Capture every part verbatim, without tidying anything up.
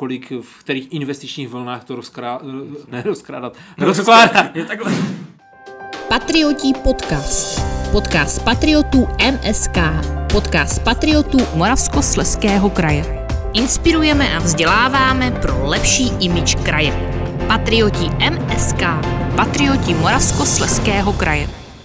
kolik, v kterých investičních vlnách to rozkrá... ne rozkrádat, rozkládat. Je takhle. Patriotí podcast. Podcast patriotů M S K. Podcast patriotů Moravskoslezského kraje. Inspirujeme a vzděláváme pro lepší image kraje. Patriotí M S K. Patrioti Moravskoslezského kraje.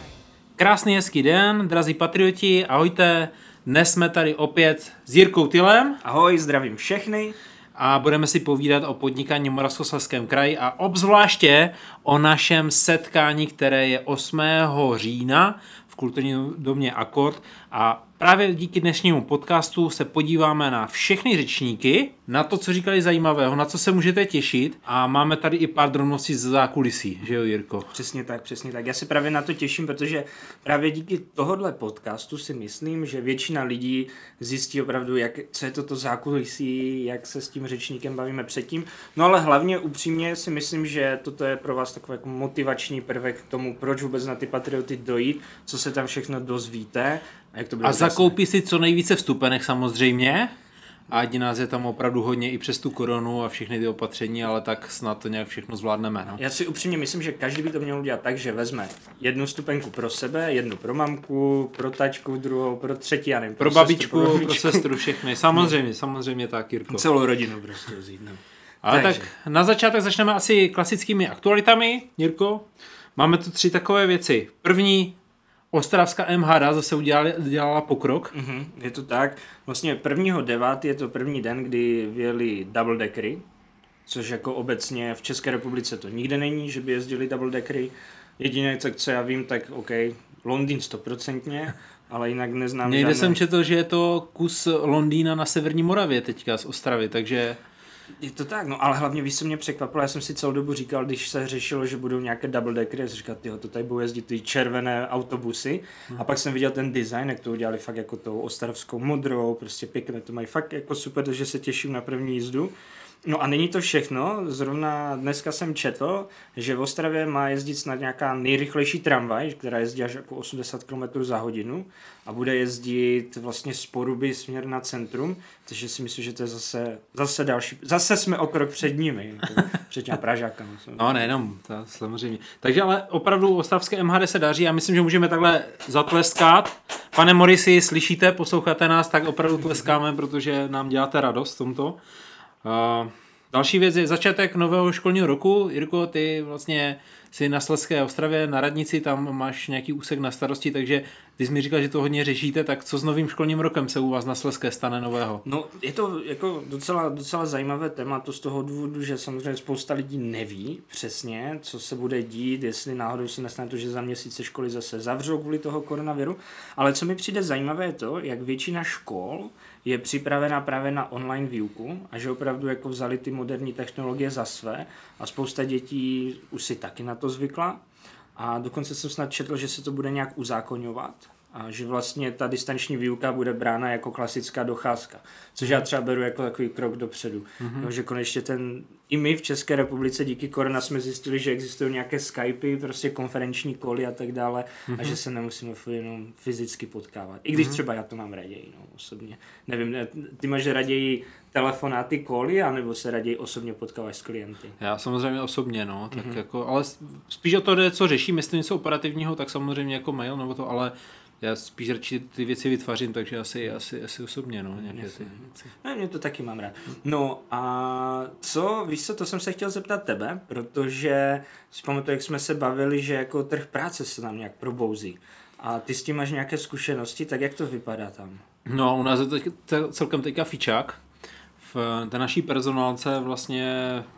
Krásný hezký den, drazí patrioti, ahojte. Dnes jsme tady opět s Jirkou Tylem. Ahoj, zdravím všechny. A budeme si povídat o podnikání v Moravskoslezském kraji a obzvláště o našem setkání, které je osmého října v kulturním domě Akord. A právě díky dnešnímu podcastu se podíváme na všechny řečníky, na to, co říkali zajímavého, na co se můžete těšit a máme tady i pár drobností z zákulisí, že jo, Jirko? Přesně tak, přesně tak. Já se právě na to těším, protože právě díky tohohle podcastu si myslím, že většina lidí zjistí opravdu, jak, co je toto zákulisí, jak se s tím řečníkem bavíme předtím. No ale hlavně upřímně si myslím, že toto je pro vás takový jako motivační prvek k tomu, proč vůbec na ty patrioty dojít, co se tam všechno dozvíte. A, jak to a zakoupí si co nejvíce vstupenek samozřejmě. Ať nás je tam opravdu hodně i přes tu koronu a všechny ty opatření, ale tak snad to nějak všechno zvládneme. No. Já si upřímně myslím, že každý by to měl udělat tak, že vezme jednu vstupenku pro sebe, jednu pro mamku, pro tačku, druhou pro třetí, já nevím, pro, pro babičku, sestru, pro, pro sestru, všechny. Samozřejmě, samozřejmě tak, Jirko. Celou rodinu prostě vzít. No. Ale takže. Tak na začátek začneme asi klasickými aktualitami, Jirko. Máme tu tři takové věci. První, ostravská M H D zase udělala, udělala pokrok. Mm-hmm, je to tak. Vlastně prvního devátého je to první den, kdy vyjeli double deckery, což jako obecně v České republice to nikde není, že by jezdili double deckery. Jediné, co já vím, tak OK, Londýn stoprocentně, ale jinak neznám Někde žádné... jsem četl, že je to kus Londýna na severní Moravě teďka z Ostravy, takže... Je to tak, no ale hlavně víš, co mě překvapilo, já jsem si celou dobu říkal, když se řešilo, že budou nějaké double deckery, já jsem říkal, tyjo, to tady budou jezdit ty červené autobusy hmm. a pak jsem viděl ten design, jak to udělali fakt jako tou ostravskou modrou, prostě pěkné, to mají fakt jako super, takže se těším na první jízdu. No a není to všechno, zrovna dneska jsem četl, že v Ostravě má jezdit snad nějaká nejrychlejší tramvaj, která jezdí až jako osmdesát kilometrů za hodinu a bude jezdit vlastně z Poruby směr na centrum, takže si myslím, že to je zase, zase další, zase jsme o krok před nimi, jako před těma Pražákama. No nejenom, to samozřejmě. Takže ale opravdu ostravské M H D se daří a myslím, že můžeme takhle zatleskat. Pane Morisi, slyšíte, posloucháte nás, tak opravdu tleskáme, protože nám děláte radost v tomto. Uh, další věc je začátek nového školního roku. Jirko, ty vlastně jsi na Slezské Ostravě na radnici, tam máš nějaký úsek na starosti, takže ty jsi mi říkal, že to hodně řešíte, tak co s novým školním rokem se u vás na Slezské stane nového? No, je to jako docela, docela zajímavé téma, to z toho důvodu, že samozřejmě spousta lidí neví přesně, co se bude dít, jestli náhodou se nestane to, že za měsíc se školy zase zavřou kvůli toho koronaviru, ale co mi přijde zajímavé je to, jak většina škol je připravená právě na online výuku a že opravdu jako vzali ty moderní technologie za své a spousta dětí už si taky na to zvykla a dokonce jsem snad četl, že se to bude nějak uzákoňovat a že vlastně ta distanční výuka bude brána jako klasická docházka, což já třeba beru jako takový krok dopředu. Mm-hmm. No, že konečně ten, i my v České republice díky korona jsme zjistili, že existují nějaké Skypey, prostě konferenční koly a tak dále mm-hmm. a že se nemusíme jenom fyzicky potkávat. I když mm-hmm. třeba já to mám raději, no, osobně. Nevím, ty máš raději telefonáty, koly, anebo se raději osobně potkáváš s klienty? Já samozřejmě osobně, no, tak mm-hmm. jako, ale spíš o to jde, co řeším, jestli něco operativního, tak samozřejmě jako mail nebo to, ale já spíš radši ty věci vytvářím, takže asi, asi, asi osobně, no, nějaké ty věci. No, mě to taky mám rád. No a co, víš co, to jsem se chtěl zeptat tebe, protože si pamatuju, jak jsme se bavili, že jako trh práce se nám nějak probouzí. A ty s tím máš nějaké zkušenosti, tak jak to vypadá tam? No, u nás je to celkem teďka fičák. V té naší personálce vlastně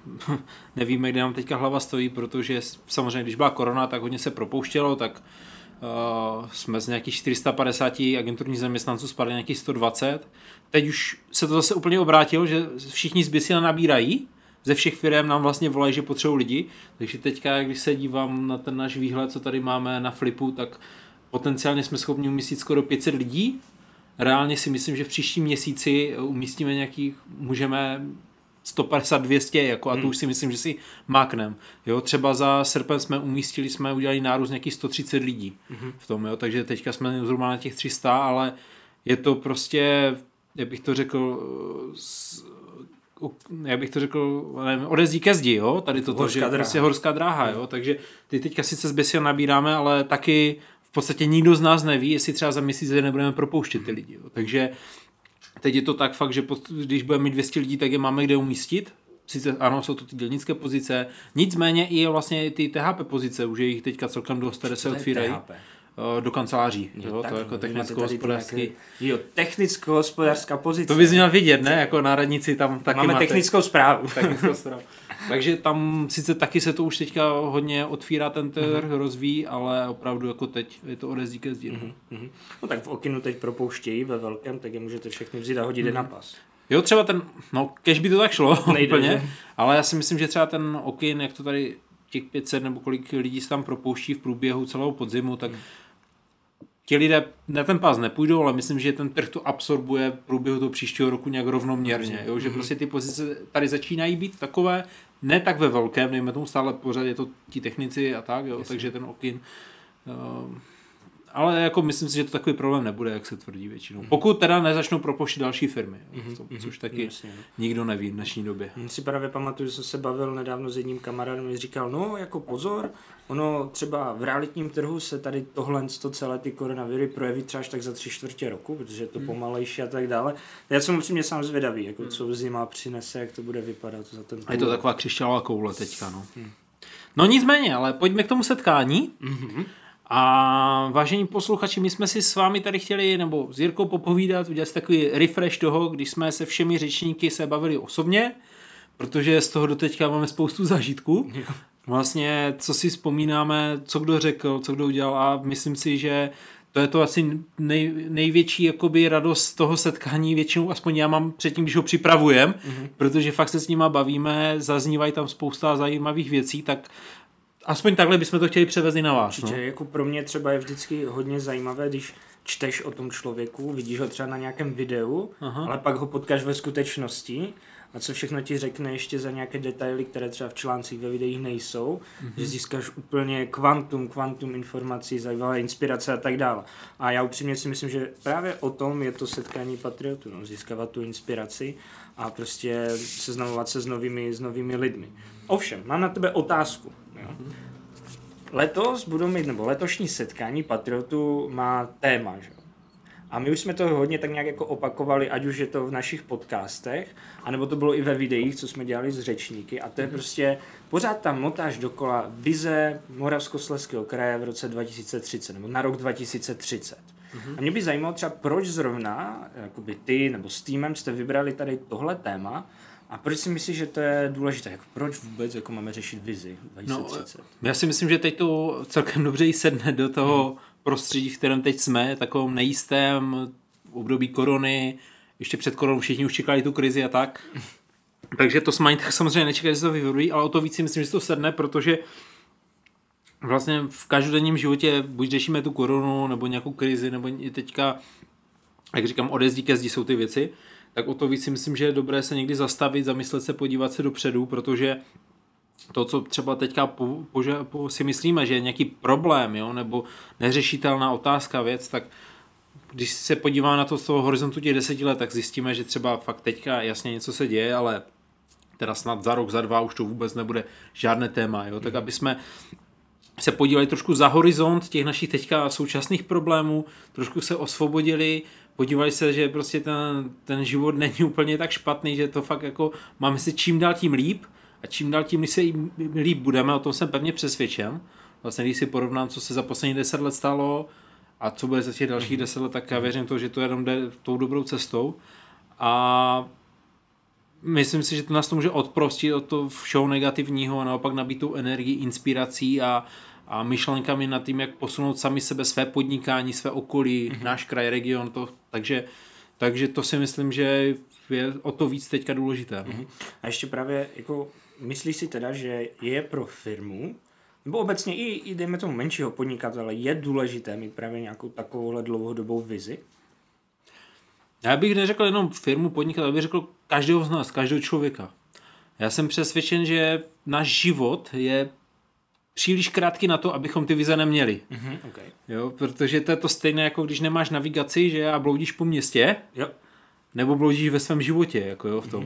nevíme, kde nám teďka hlava stojí, protože samozřejmě, když byla korona, tak hodně se propouštělo, tak Uh, jsme z nějakých čtyři sta padesát agenturních zaměstnanců spadli nějakých sto dvacet. Teď už se to zase úplně obrátilo, že všichni zbysile nabírají, ze všech firm nám vlastně volají, že potřebují lidi, takže teďka, když se dívám na ten náš výhled, co tady máme na Flipu, tak potenciálně jsme schopni umístit skoro pět set lidí. Reálně si myslím, že v příštím měsíci umístíme nějakých, můžeme sto padesát dvě stě, jako, a to hmm. už si myslím, že si máknem. Jo, třeba za srpen jsme umístili, jsme udělali nárůst nějakých sto třicet lidí hmm. v tom, jo, takže teďka jsme zhruba na těch tři sta, ale je to prostě, jak bych to řekl, jak bych to řekl, nevím, odezdí ke zdi, jo, tady toto, horská že dráha. prostě horská dráha, jo, takže ty teďka sice z Besia nabíráme, ale taky v podstatě nikdo z nás neví, jestli třeba za měsíc nebudeme propouštět ty lidi, jo. Takže teď je to tak fakt, že pod, když budeme mít dvě stě lidí, tak je máme kde umístit. Sice ano, jsou to ty dělnické pozice, nicméně i vlastně ty T H P pozice, už je jich teďka celkem dost, které se otvírají do kanceláří, jo, jo, tak, to jako technicko-hospodářský. Jo, technicko-hospodářská pozice. To bys měl vidět, ne, jako na radnici tam taky máme máte technickou správu. technickou správu. Takže tam sice taky se to už teďka hodně otvírá ten trh, mm-hmm. rozvíjí, ale opravdu jako teď je to odezdí ke zdi. Mm-hmm. No tak v Okinu teď propouštějí ve velkém, tak je můžete všechny vzít a hodit mm-hmm. na pas. Jo, třeba ten, no, kež by to tak šlo, Nejde, úplně, že? ale já si myslím, že třeba ten Okin, jak to tady těch pět set nebo kolik lidí se tam propouští v průběhu celého podzimu, tak mm. ti lidé na ten pás nepůjdou, ale myslím, že ten trh to absorbuje v průběhu toho příštího roku nějak rovnoměrně, jo? Že prostě ty pozice tady začínají být takové, ne tak ve velkém, dejme tomu stále pořád, je to ti technici a tak, jo? Takže ten Okin, uh, ale jako myslím si, že to takový problém nebude, jak se tvrdí většinou. Pokud teda nezačnou propouštět další firmy, jo? Mm-hmm. Což taky Jasně, nikdo neví v dnešní době. Já si právě pamatuju, že jsem se bavil nedávno s jedním kamarádem, který říkal, no jako pozor, ono třeba v realitním trhu se tady tohle to celé ty koronaviry projeví třeba až tak za tři čtvrtě roku, protože je to pomalejší a tak dále. Já jsem upřímně sám zvědavý, jako co zima přinese, jak to bude vypadat za ten půl. Je to taková křišťálová koule teďka, no. Hmm. No nicméně, ale pojďme k tomu setkání. Mm-hmm. A vážení posluchači, my jsme si s vámi tady chtěli, nebo s Jirkou popovídat, udělat takový refresh toho, když jsme se všemi řečníky se bavili osobně, protože z toho doteďka máme spoustu zážitků. Vlastně, co si vzpomínáme, co kdo řekl, co kdo udělal a myslím si, že to je to asi nej, největší jakoby radost toho setkání, většinou aspoň já mám předtím, když ho připravujem, mm-hmm. protože fakt se s nima bavíme, zaznívají tam spousta zajímavých věcí, tak aspoň takhle bychom to chtěli převést i na vás. Určitě, no? Jako pro mě třeba je vždycky hodně zajímavé, když čteš o tom člověku, vidíš ho třeba na nějakém videu, Aha. ale pak ho potkáš ve skutečnosti a co všechno ti řekne ještě za nějaké detaily, které třeba v článcích ve videích nejsou, mm-hmm. že získáš úplně kvantum, kvantum informací, zajímavé inspirace a tak dále. A já upřímně si myslím, že právě o tom je to setkání patriotů, no, získávat tu inspiraci a prostě seznamovat se s novými, s novými lidmi. Ovšem, mám na tebe otázku. Jo? Letos budou mít, nebo letošní setkání patriotů má téma, že? A my už jsme to hodně tak nějak jako opakovali, ať už je to v našich podcastech, anebo to bylo i ve videích, co jsme dělali s řečníky. A to je prostě, pořád tam motáš dokola vize Moravskoslezského kraje v roce dva tisíce třicet, nebo na rok dva tisíce třicet. Mm-hmm. A mě by zajímalo třeba, proč zrovna, jakoby ty nebo s týmem jste vybrali tady tohle téma, a proč si myslíš, že to je důležité? Jako proč vůbec jako máme řešit vizi dva tisíce třicet? No, já si myslím, že teď to celkem dobře jí sedne do toho hmm. prostředí, v kterém teď jsme, takovém nejistém období korony, ještě před koronou všichni už čekali tu krizi a tak. Takže to jsme tak samozřejmě nečekali, že se to vyvrví, ale o to víc si myslím, že to sedne, protože vlastně v každodenním životě buď řešíme tu koronu, nebo nějakou krizi, nebo teďka, jak říkám, odezdí ke zdi jsou ty věci, tak o to víc si myslím, že je dobré se někdy zastavit, zamyslet se, podívat se dopředu, protože to, co třeba teďka po, po, po, si myslíme, že je nějaký problém, jo, nebo neřešitelná otázka, věc, tak když se podíváme na to z toho horizontu těch deseti let, tak zjistíme, že třeba fakt teďka jasně něco se děje, ale teda snad za rok, za dva už to vůbec nebude žádné téma, jo, tak aby jsme se podívali trošku za horizont těch našich teďka současných problémů, trošku se osvobodili, podívali se, že prostě ten, ten život není úplně tak špatný, že to fakt jako máme si čím dál tím líp a čím dál tím se líp budeme, o tom jsem pevně přesvědčen. Vlastně když si porovnám, co se za poslední deset let stalo a co bude za těch dalších mm-hmm. deset let, tak já věřím to, že to jenom jde tou dobrou cestou a myslím si, že to nás to může odprostit od toho všeho negativního a naopak nabít tu energii, inspirací a a myšlenkami nad tím, jak posunout sami sebe, své podnikání, své okolí, mm-hmm. náš kraj, region, to, takže, takže to si myslím, že je o to víc teďka důležité. Mm-hmm. A ještě právě, jako, myslíš si teda, že je pro firmu, nebo obecně i, i dejme tomu menšího podnikatele, je důležité mít právě nějakou takovouhle dlouhodobou vizi? Já bych neřekl jenom firmu, podnikatele, bych řekl každého z nás, každého člověka. Já jsem přesvědčen, že náš život je příliš krátký na to, abychom ty vize neměli. Mm-hmm, okay. Jo, protože to je to stejné, jako když nemáš navigaci, že a bloudíš po městě, jo. nebo bloudíš ve svém životě, jako jo, v tom. Mm-hmm.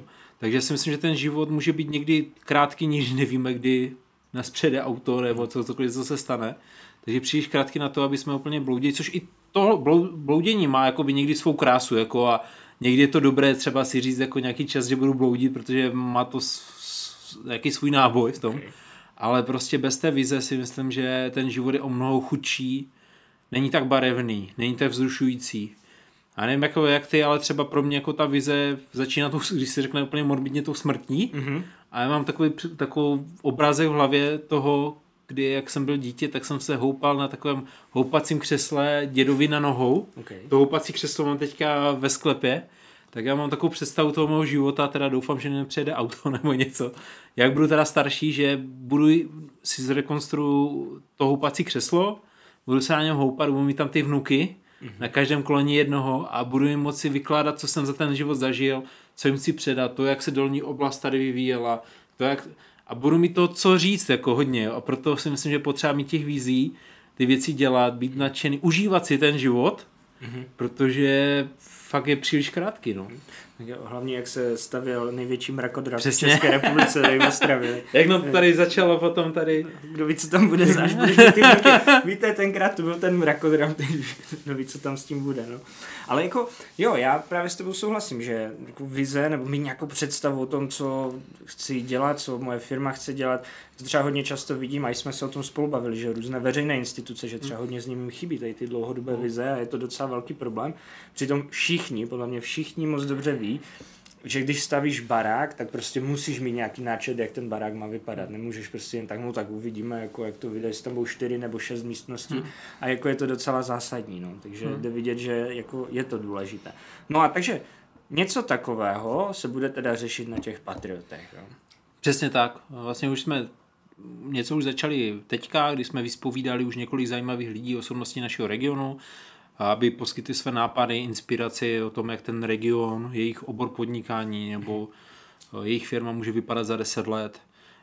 Takže si myslím, že ten život může být někdy krátký, než nevíme, kdy nás přijede auto nebo co, cokoliv, co se stane. Takže příliš krátký na to, aby jsme úplně bloudili, což i to bloudění má jakoby někdy svou krásu jako a někdy je to dobré třeba si říct jako nějaký čas, že budu bloudit, protože má to nějaký svůj náboj v tom. Okay. Ale prostě bez té vize si myslím, že ten život je o mnoho chudší, není tak barevný, není tak vzrušující. A nevím, jako jak ty, ale třeba pro mě jako ta vize začíná tou, když se řekne úplně morbidně, tou smrtí. Mm-hmm. A já mám takový, takový obrázek v hlavě toho, kdy jak jsem byl dítě, tak jsem se houpal na takovém houpacím křesle dědovi na nohou. Okay. To houpací křeslo mám teďka ve sklepě. Tak já mám takovou představu toho mého života, teda doufám, že nepřejede auto nebo něco. Jak budu teda starší, že budu si zrekonstruju to houpací křeslo, budu se na něm houpat, budu mít tam ty vnuky, mm-hmm. na každém koleni jednoho a budu jim moci vykládat, co jsem za ten život zažil, co jim chci předat, to, jak se dolní oblast tady vyvíjela, to, jak... a budu mít to, co říct, jako hodně. A proto si myslím, že potřeba mít těch vizí, ty věci dělat, být nadšený, užívat si ten život, mm-hmm. protože fakt je příliš krátký, no. Hlavně jak se stavěl největší mrakodrap v České republice, tady v Ostravě. Jak no tady začalo potom tady. Kdo ví, co tam bude, až budeš mít ty mraky. Víte, tenkrát to byl ten mrakodrap, kdo ví, co tam s tím bude, no. Ale jako, jo, já právě s tebou souhlasím, že jako vize, nebo mít nějakou představu o tom, co chci dělat, co moje firma chce dělat, to třeba hodně často vidím, a jsme se o tom spolu bavili, že různé veřejné instituce, že třeba hodně z nimi chybí tady ty dlouhodobé vize a je to docela velký problém. Přitom všichni, podle mě všichni moc dobře ví, že když stavíš barák, tak prostě musíš mít nějaký náčrt, jak ten barák má vypadat. Nemůžeš prostě jen tak, no tak uvidíme, jako jak to vyjde, jestli tam budou čtyři nebo šest místností hmm. a jako je to docela zásadní, no. Takže hmm. jde vidět, že jako je to důležité. No a takže něco takového se bude teda řešit na těch Patriotech, jo? Přesně tak. Vlastně už jsme něco už začali teďka, když jsme vyspovídali už několik zajímavých lidí, osobností našeho regionu, aby poskytli své nápady, inspiraci o tom, jak ten region, jejich obor podnikání nebo jejich firma může vypadat za deset let.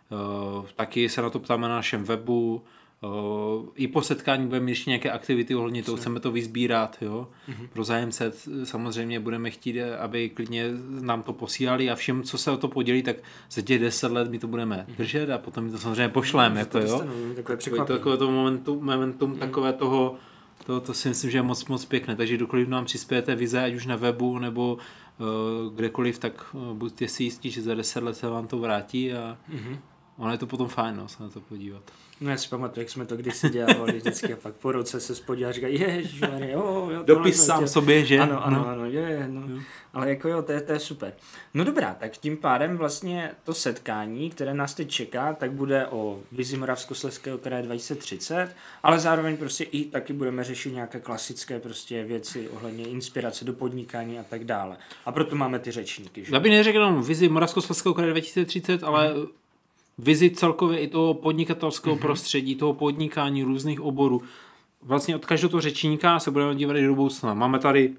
Taky se na to ptáme na našem webu. I po setkání budeme mít ještě nějaké aktivity ohledně toho, chceme to vysbírat. Jo? Mm-hmm. Pro zájemce samozřejmě budeme chtít, aby klidně nám to posílali a všem, co se o to podělí, tak za těch deset let my to budeme mm-hmm. držet a potom my to samozřejmě pošleme. Mm, jako, to jo? Takové překvapení. Takové to momentum, momentum mm. takové toho. To, to si myslím, že je moc, moc pěkné. Takže kdokoliv nám přispějete vize, ať už na webu nebo uh, kdekoliv, tak uh, buďte si jistí, že za deset let se vám to vrátí a mm-hmm. ono je to potom fajn, no, se na to podívat. No já si pamatuju, jak jsme to kdysi dělali vždycky a pak po roce se spodíval a říká, ježišmarja, jo, jo. Dopis sám sobě, že? Ano, ano, no. ano, je, no. Jo. Ale jako jo, to je, to je super. No dobrá, tak tím pádem vlastně to setkání, které nás teď čeká, tak bude o vizi Moravskoslezského kraje dva tisíce třicet, ale zároveň prostě i taky budeme řešit nějaké klasické prostě věci ohledně inspirace do podnikání a tak dále. A proto máme ty řečníky, že? Já bych neřekl jenom vizi Moravskoslezského kraje dva tisíce třicet, ale hmm. vizi celkově i toho podnikatelského mm-hmm. prostředí, toho podnikání různých oborů. Vlastně od každého toho řečníka se budeme dívat i do budoucna. Máme tady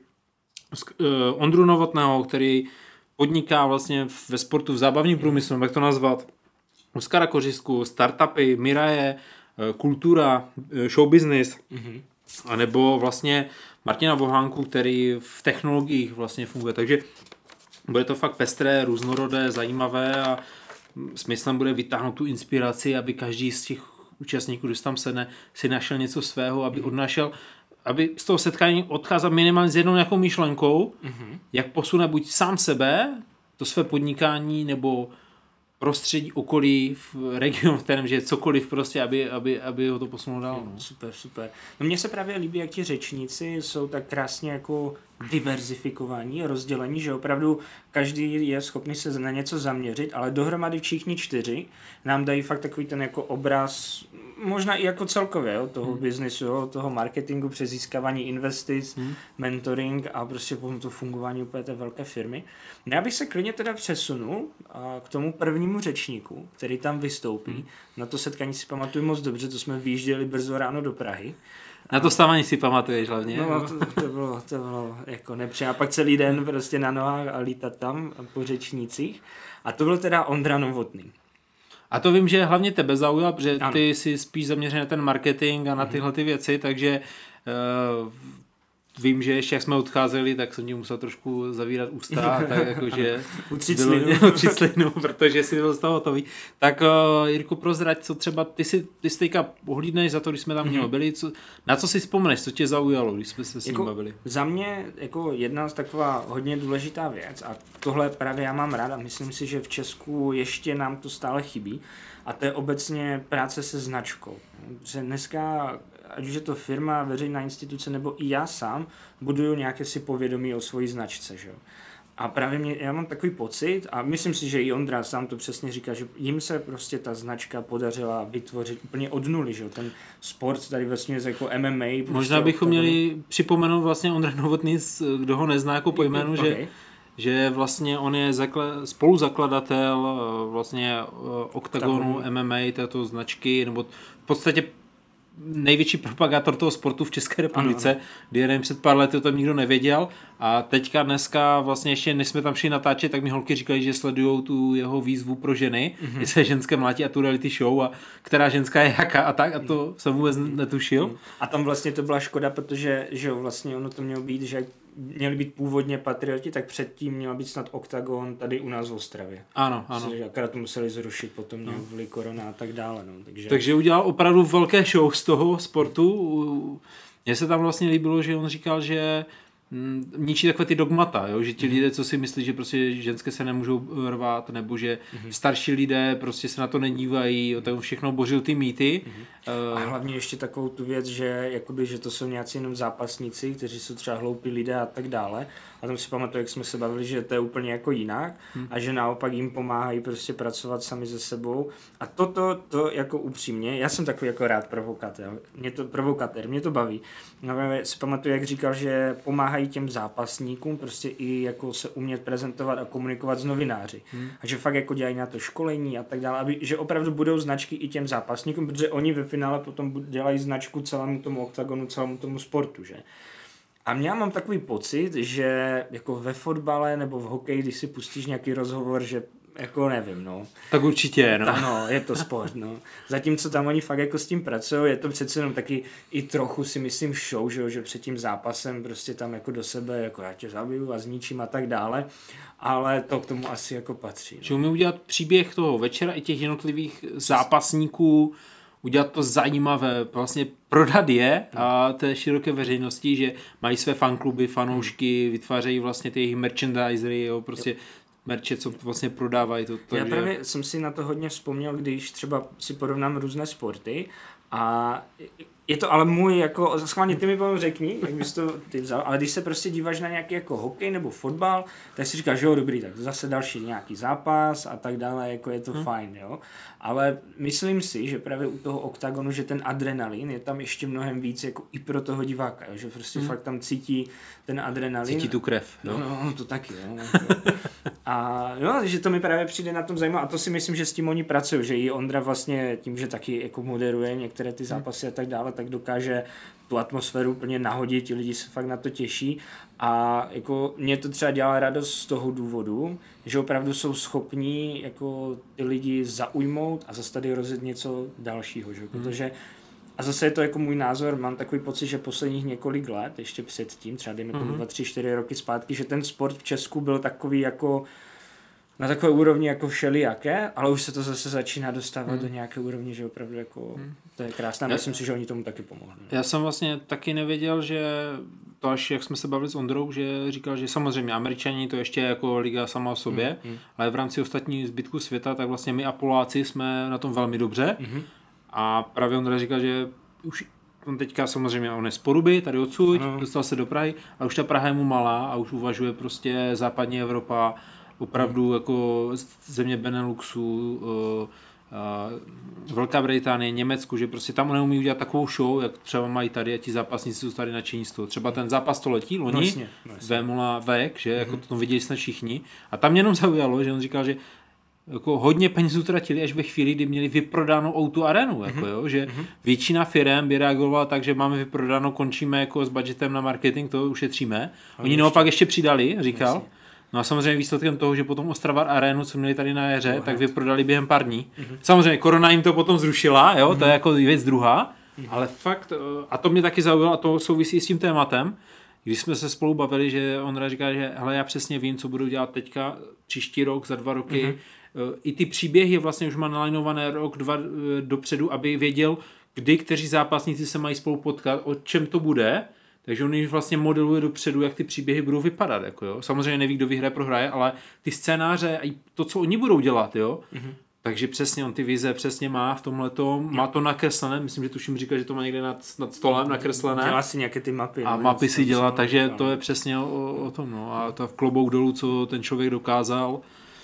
uh, Ondru Novotného, který podniká vlastně ve sportu, v zábavním průmyslu, jak to nazvat. Oskara Kořistku, startupy, Miraje, uh, kultura, uh, show business. Mm-hmm. A nebo vlastně Martina Vohánku, který v technologiích vlastně funguje. Takže bude to fakt pestré, různorodé, zajímavé a smyslem bude vytáhnout tu inspiraci, aby každý z těch účastníků, když tam sedne, si našel něco svého, aby odnašel, aby z toho setkání odcházel minimálně s jednou nějakou myšlenkou, mm-hmm. jak posune buď sám sebe, to své podnikání, nebo prostředí, okolí, v regionu, v kterém žije, cokoliv prostě, aby, aby, aby ho to posunulo dál. No. Super, super. No mně se právě líbí, jak ti řečníci jsou tak krásně jako diverzifikovaní, rozdělení, že opravdu každý je schopný se na něco zaměřit, ale dohromady všichni čtyři nám dají fakt takový ten jako obraz, možná i jako celkově, jo, toho hmm. biznesu, jo, toho marketingu, přes získávání investic, hmm. mentoring a prostě potom to fungování úplně té velké firmy. No já bych se klidně teda přesunul a k tomu prvnímu řečníku, který tam vystoupí. Hmm. Na to setkání si pamatuju moc dobře, to jsme vyjížděli brzo ráno do Prahy. Na to stávání si pamatuješ hlavně. No, to, to, bylo, to bylo jako nepříjemné. A pak celý den prostě na nohách a lítat tam po řečnících. A to byl teda Ondra Novotný. A to vím, že hlavně tebe zaujal, protože ty jsi spíš zaměřený na ten marketing a na tyhle ty věci, takže uh, vím, že ještě jak jsme odcházeli, tak jsem ti musel trošku zavírat ústa, tak jakože utřít slinu, protože si byl z toho hotový. Tak uh, Jirko, prozrať, co třeba, ty si, ty si teďka pohlídneš za to, když jsme tam mm-hmm. byli, co, na co si vzpomeneš, co tě zaujalo, když jsme se s ním jako, bavili? Za mě jako jedna z taková hodně důležitá věc a tohle právě já mám rád a myslím si, že v Česku ještě nám to stále chybí a to je obecně práce se značkou. Že dneska ať už je to firma, veřejná instituce, nebo i já sám, buduju nějaké si povědomí o svojí značce, že jo. A právě mě, já mám takový pocit, a myslím si, že i Ondra sám to přesně říká, že jim se prostě ta značka podařila vytvořit úplně od nuly, že jo. Ten sport tady vlastně jako M M A. Prostě možná bychom měli připomenout vlastně Ondra Novotný, kdo ho nezná jako po jménu, okay. že že vlastně on je zakla- spoluzakladatel vlastně Oktagonu M M A, této značky, nebo v podstatě největší propagátor toho sportu v České republice, ano, ano. kdy nevím, před pár lety o tom nikdo nevěděl a teďka dneska vlastně ještě než jsme tam šli natáčet, tak mi holky říkali, že sledujou tu jeho výzvu pro ženy, mm-hmm. se ženské mlátí a tu reality show a která ženská je jaká a tak a to mm-hmm. jsem vůbec netušil. A tam vlastně to byla škoda, protože že jo, vlastně ono to mělo být, že měli být původně Patrioti, tak předtím měla být snad Oktagon tady u nás v Ostravě. Ano, ano. Akorát to museli zrušit, potom měl vli korona a tak dále. No. Takže... Takže udělal opravdu velké show z toho sportu. Mně se tam vlastně líbilo, že on říkal, že ničí takové ty dogmata, jo? Že ti mm. lidé, co si myslí, že prostě ženské se nemůžou rvát, nebo že mm. starší lidé prostě se na to nedívají, tak on všechno bořil ty mýty. Mm. Uh, a hlavně ještě takovou tu věc, že, jakoby, že to jsou nějací jenom zápasníci, kteří jsou třeba hloupí lidé a tak dále. A tam si pamatuju, jak jsme se bavili, že to je úplně jako jinak mm. a že naopak jim pomáhají prostě pracovat sami se sebou. A toto, to jako upřímně, já jsem takový jako rád provokatér, mě to, provokatér, mě to baví. No, si pamatuju, jak říkal, že pomáhají těm zápasníkům prostě i jako se umět prezentovat a komunikovat s novináři. Hmm. A že fakt jako dělají na to školení a tak dále, aby, že opravdu budou značky i těm zápasníkům, protože oni ve finále potom dělají značku celému tomu Oktagonu, celému tomu sportu, že? A já mám takový pocit, že jako ve fotbale nebo v hokeji, když si pustíš nějaký rozhovor, že jako nevím, no. Tak určitě, no. Ano, je to sport, no. Zatímco tam oni fakt jako s tím pracují, je to přece jenom taky i trochu si myslím show, že, že před tím zápasem prostě tam jako do sebe, jako já tě zabiju a zničím a tak dále, ale to k tomu asi jako patří. No. Že umí udělat příběh toho večera i těch jednotlivých zápasníků, udělat to zajímavé, vlastně prodat je a té široké veřejnosti, že mají své fankluby, fanoušky, vytvářejí vlastně ty jejich merchandisery, jo, prostě merče, co vlastně prodávají. To, to, Já že... právě jsem si na to hodně vzpomněl, když třeba si porovnám různé sporty a je to ale můj jako, schválně ty mi potom řekni, jak bys to ty vzal, ale když se prostě díváš na nějaký jako hokej nebo fotbal, tak si říkáš, že jo, dobrý, tak zase další nějaký zápas a tak dále, jako je to hmm. fajn, jo. Ale myslím si, že právě u toho Oktagonu, že ten adrenalin je tam ještě mnohem víc jako i pro toho diváka, jo? Že prostě hmm. fakt tam cítí ten adrenalin. Cítí tu krev. No, no, no to taky, jo. A jo, že to mi právě přijde na tom zajímavé a to si myslím, že s tím oni pracují, že i Ondra vlastně tím, že taky jako moderuje některé ty zápasy a tak dále, tak dokáže tu atmosféru úplně nahodit, ti lidi se fakt na to těší a jako mě to třeba dělá radost z toho důvodu, že opravdu jsou schopní jako ty lidi zaujmout a zase tady rozjet něco dalšího, že? Protože a zase je to jako můj názor, mám takový pocit, že posledních několik let, ještě předtím, třeba dejme tomu dva, tři, čtyři roky zpátky, že ten sport v Česku byl takový jako na takové úrovni jako všelijaké, ale už se to zase začíná dostávat hmm. do nějaké úrovně, že opravdu jako hmm. to je krásné. Myslím si, že oni tomu taky pomohli. Já jsem vlastně taky nevěděl, že to až jak jsme se bavili s Ondrou, že říkal, že samozřejmě Američani to ještě jako liga sama o sobě, hmm. ale v rámci ostatní zbytku světa, tak vlastně my a Poláci jsme na tom velmi dobře. Hmm. A právě Ondra říkal, že už on teďka samozřejmě on je z Poruby, tady odsud, no. dostal se do Prahy, a už ta Praha je mu malá a už uvažuje prostě západní Evropa, opravdu jako země Beneluxu, uh, uh, Velká Británie, Německu, že prostě tam neumí udělat takovou show, jak třeba mají tady a ti zápasníci jsou tady nadšení z toho. Třeba ten zápas století, loni, vlastně, vlastně. Vémola Vek, že mm-hmm. jako to viděli snad všichni. A tam jenom zaujalo, že on říkal, že jako hodně peněz utratili až ve chvíli, kdy měli vyprodánou O dva Arenu, jako, jo, že mm-hmm. většina firem by reagovala tak, že máme vyprodáno, končíme jako s budgetem na marketing, to ušetříme. Oni naopak ještě přidali, říkal. Jasně. No a samozřejmě výsledkem toho, že potom Ostrava Arenu, co měli tady na jaře, no, tak vyprodali během pár dní. Mm-hmm. Samozřejmě korona jim to potom zrušila, jo, mm-hmm. to je jako věc druhá, mm-hmm. ale fakt, a to mě taky zaujalo, a to souvisí s tím tématem, když jsme se spolu bavili, že Ondra říká, že hele, já přesně vím, co budu dělat teďka, příští rok, za dva roky, mm-hmm. i ty příběhy vlastně už má nalajnované rok, dva dopředu, aby věděl, kdy kteří zápasníci se mají spolu potkat, o čem to bude, takže on již vlastně modeluje dopředu, jak ty příběhy budou vypadat. Jako jo. Samozřejmě neví, kdo vyhraje, prohraje, ale ty scénáře a to, co oni budou dělat, jo. Mm-hmm. Takže přesně on ty vize přesně má v tomhletom, má to nakreslené, myslím, že tuším říká, že to má někde nad, nad stolem nakreslené. Dělá si nějaké ty mapy. A no, mapy si dělá, takže to je přesně o, o tom. No. A to v klobouk dolů, co ten člověk dokázal.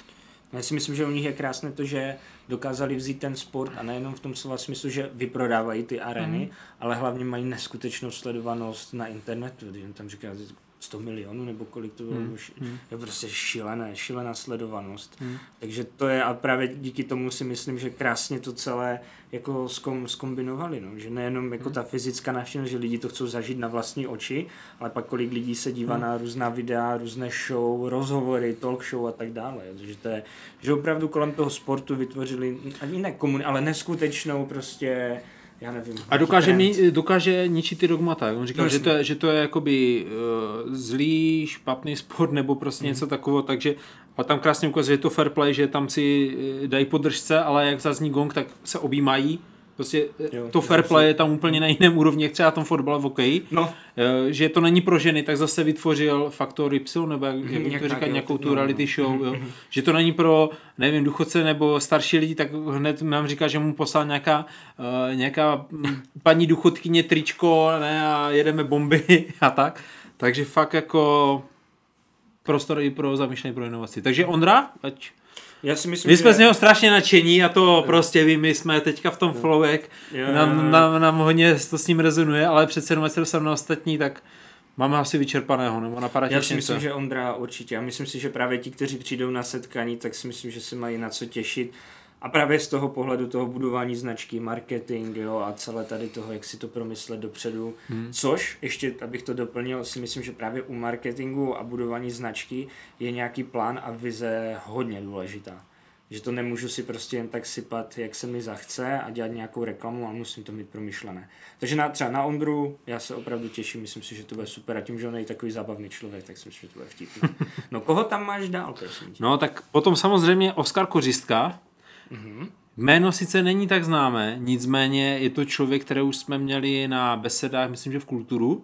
Já si myslím, že u nich je krásné to, že dokázali vzít ten sport a nejenom v tom slova smyslu, že vyprodávají ty arény, mm. ale hlavně mají neskutečnou sledovanost na internetu, když tam říká sto milionů nebo kolik to bylo, mm. je prostě šílené, šílená sledovanost. Mm. Takže to je a právě díky tomu si myslím, že krásně to celé jako zkom, zkombinovali, no. Že nejenom jako mm. ta fyzická návštěvnost, že lidi to chcou zažít na vlastní oči, ale pak kolik lidí se dívá mm. na různá videa, různé show, rozhovory, talk show a tak dále. Že to je, že opravdu kolem toho sportu vytvořili ani ne komun, ale neskutečnou prostě já nevím. A dokáže, mi, dokáže ničit ty dogmata. On říkal, no, že to je, že to je jakoby uh, zlý, špatný sport nebo prostě mm. něco takového, takže a tam krásně ukazuje, že je to fair play, že tam si dají podržce, ale jak zazní gong, tak se objímají. Prostě jo, to fair play je tam úplně na jiném úrovni, jak třeba na tom fotbale v hokeji. No. Že to není pro ženy, tak zase vytvořil Faktor Y, nebo jak, jak Nějaká, to říkat, nějakou tu no, reality show. Jo. Že to není pro, nevím, důchodce nebo starší lidi, tak hned nám říká, že mu poslal nějaká, uh, nějaká paní důchodkyně tričko, ne, a jedeme bomby a tak. Takže fakt jako prostor i pro zamýšlení pro inovaci. Takže Ondra, ať... Já si myslím, my jsme že... z něho strašně nadšení a to jo. Prostě vím, my jsme teďka v tom jo. flow, jak jo, nám, jo. Nám, nám hodně to s ním rezonuje, ale přece jenom se dostaneme na ostatní, tak máme asi vyčerpaného, nebo napadá. Já si myslím, že Ondra určitě. A myslím si, že právě ti, kteří přijdou na setkání, tak si myslím, že se mají na co těšit. A právě z toho pohledu toho budování značky, marketing, jo, a celé tady toho, jak si to promyslet dopředu. Hmm. Což, ještě abych to doplnil, si myslím, že právě u marketingu a budování značky je nějaký plán a vize hodně důležitá. Že to nemůžu si prostě jen tak sypat, jak se mi zachce a dělat nějakou reklamu, a musím to mít promyšlené. Takže na, třeba na Ondru já se opravdu těším, myslím si, že to bude super, a tím, že on je takový zábavný člověk, tak si myslím, že to bude vtipný. No koho tam máš dál, prosím tě? No tak potom samozřejmě Oskar Kořistka. Mm-hmm. Jméno sice není tak známé, nicméně je to člověk, který už jsme měli na besedách, myslím, že v Kulturu,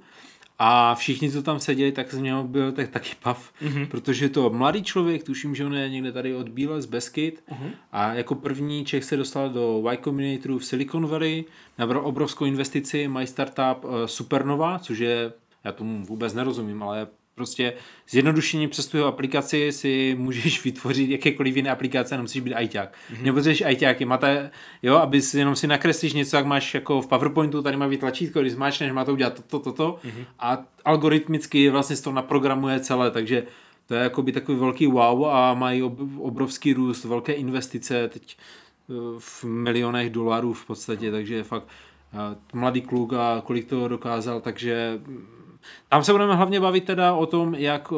a všichni, co tam seděli, tak z něho byl tak, taky pav, mm-hmm. protože je to mladý člověk, tuším, že on je někde tady od Bíle z Beskyd, mm-hmm. a jako první Čech se dostal do Y Combinatoru v Silicon Valley, nabral obrovskou investici, mají startup uh, Supernova, což je, já tomu vůbec nerozumím, ale prostě zjednodušeně přes tu aplikaci si můžeš vytvořit jakékoliv jiné aplikace, jenom musíš být ajťák. Mm-hmm. Nepotřebuješ ajťáky, máte, jo, aby si jenom si nakreslíš něco, jak máš jako v PowerPointu, tady má být tlačítko, když zmáčneš, má to udělat toto, toto, to, mm-hmm. a algoritmicky vlastně to naprogramuje celé, takže to je jakoby takový velký wow a mají obrovský růst, velké investice, teď v milionech dolarů v podstatě, takže fakt mladý kluk a kolik toho dokázal, takže tam se budeme hlavně bavit teda o tom, jak,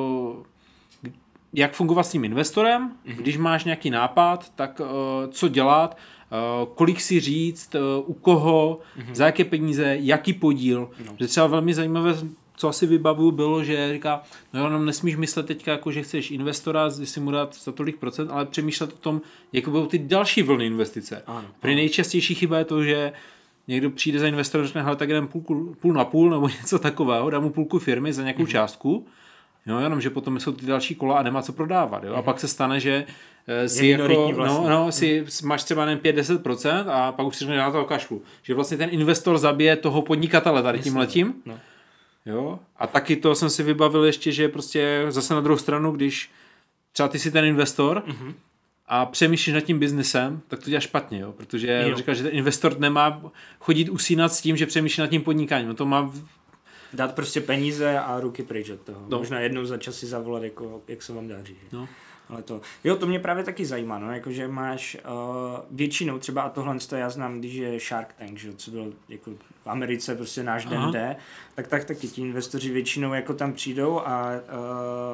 jak fungovat s tím investorem, mm-hmm. když máš nějaký nápad, tak co dělat, kolik si říct, u koho, mm-hmm. za jaké peníze, jaký podíl. No. Že třeba velmi zajímavé, co asi vybavuju, bylo, že říká, no jenom nesmíš myslet teďka, jako, že chceš investora, jestli mu dát za tolik procent, ale přemýšlet o tom, jak budou ty další vlny investice. Ano, Prý ano. nejčastější chyba je to, že někdo přijde za investor a řekne, hele, tak jdem půl, půl na půl nebo něco takového, dám mu půlku firmy za nějakou mm-hmm. částku, jo, jenom, že potom jsou ty další kola a nemá co prodávat. Jo? Mm-hmm. A pak se stane, že eh, si, jako, vlastně. no, no, si mm-hmm. máš třeba jen pět až deset procent a pak už si řekne na toho kašlu. Že vlastně ten investor zabije toho podnikatele tady tím letím. No. Jo? A taky to jsem si vybavil ještě, že prostě zase na druhou stranu, když třeba ty jsi ten investor, mm-hmm. a přemýšlíš nad tím biznesem, tak to děláš špatně, jo? Protože jo. říká, že ten investor nemá chodit usínat s tím, že přemýšlí nad tím podnikáním. No to má dát prostě peníze a ruky pryč od toho. No. Možná jednou za čas si zavolat, jako, jak se vám daří. No. Ale to, jo, to mě právě taky zajímá, no, jakože máš uh, většinou třeba, a tohle to já znám, když je Shark Tank, že, co byl jako v Americe prostě náš den D, tak, tak taky ti investoři většinou jako tam přijdou a uh,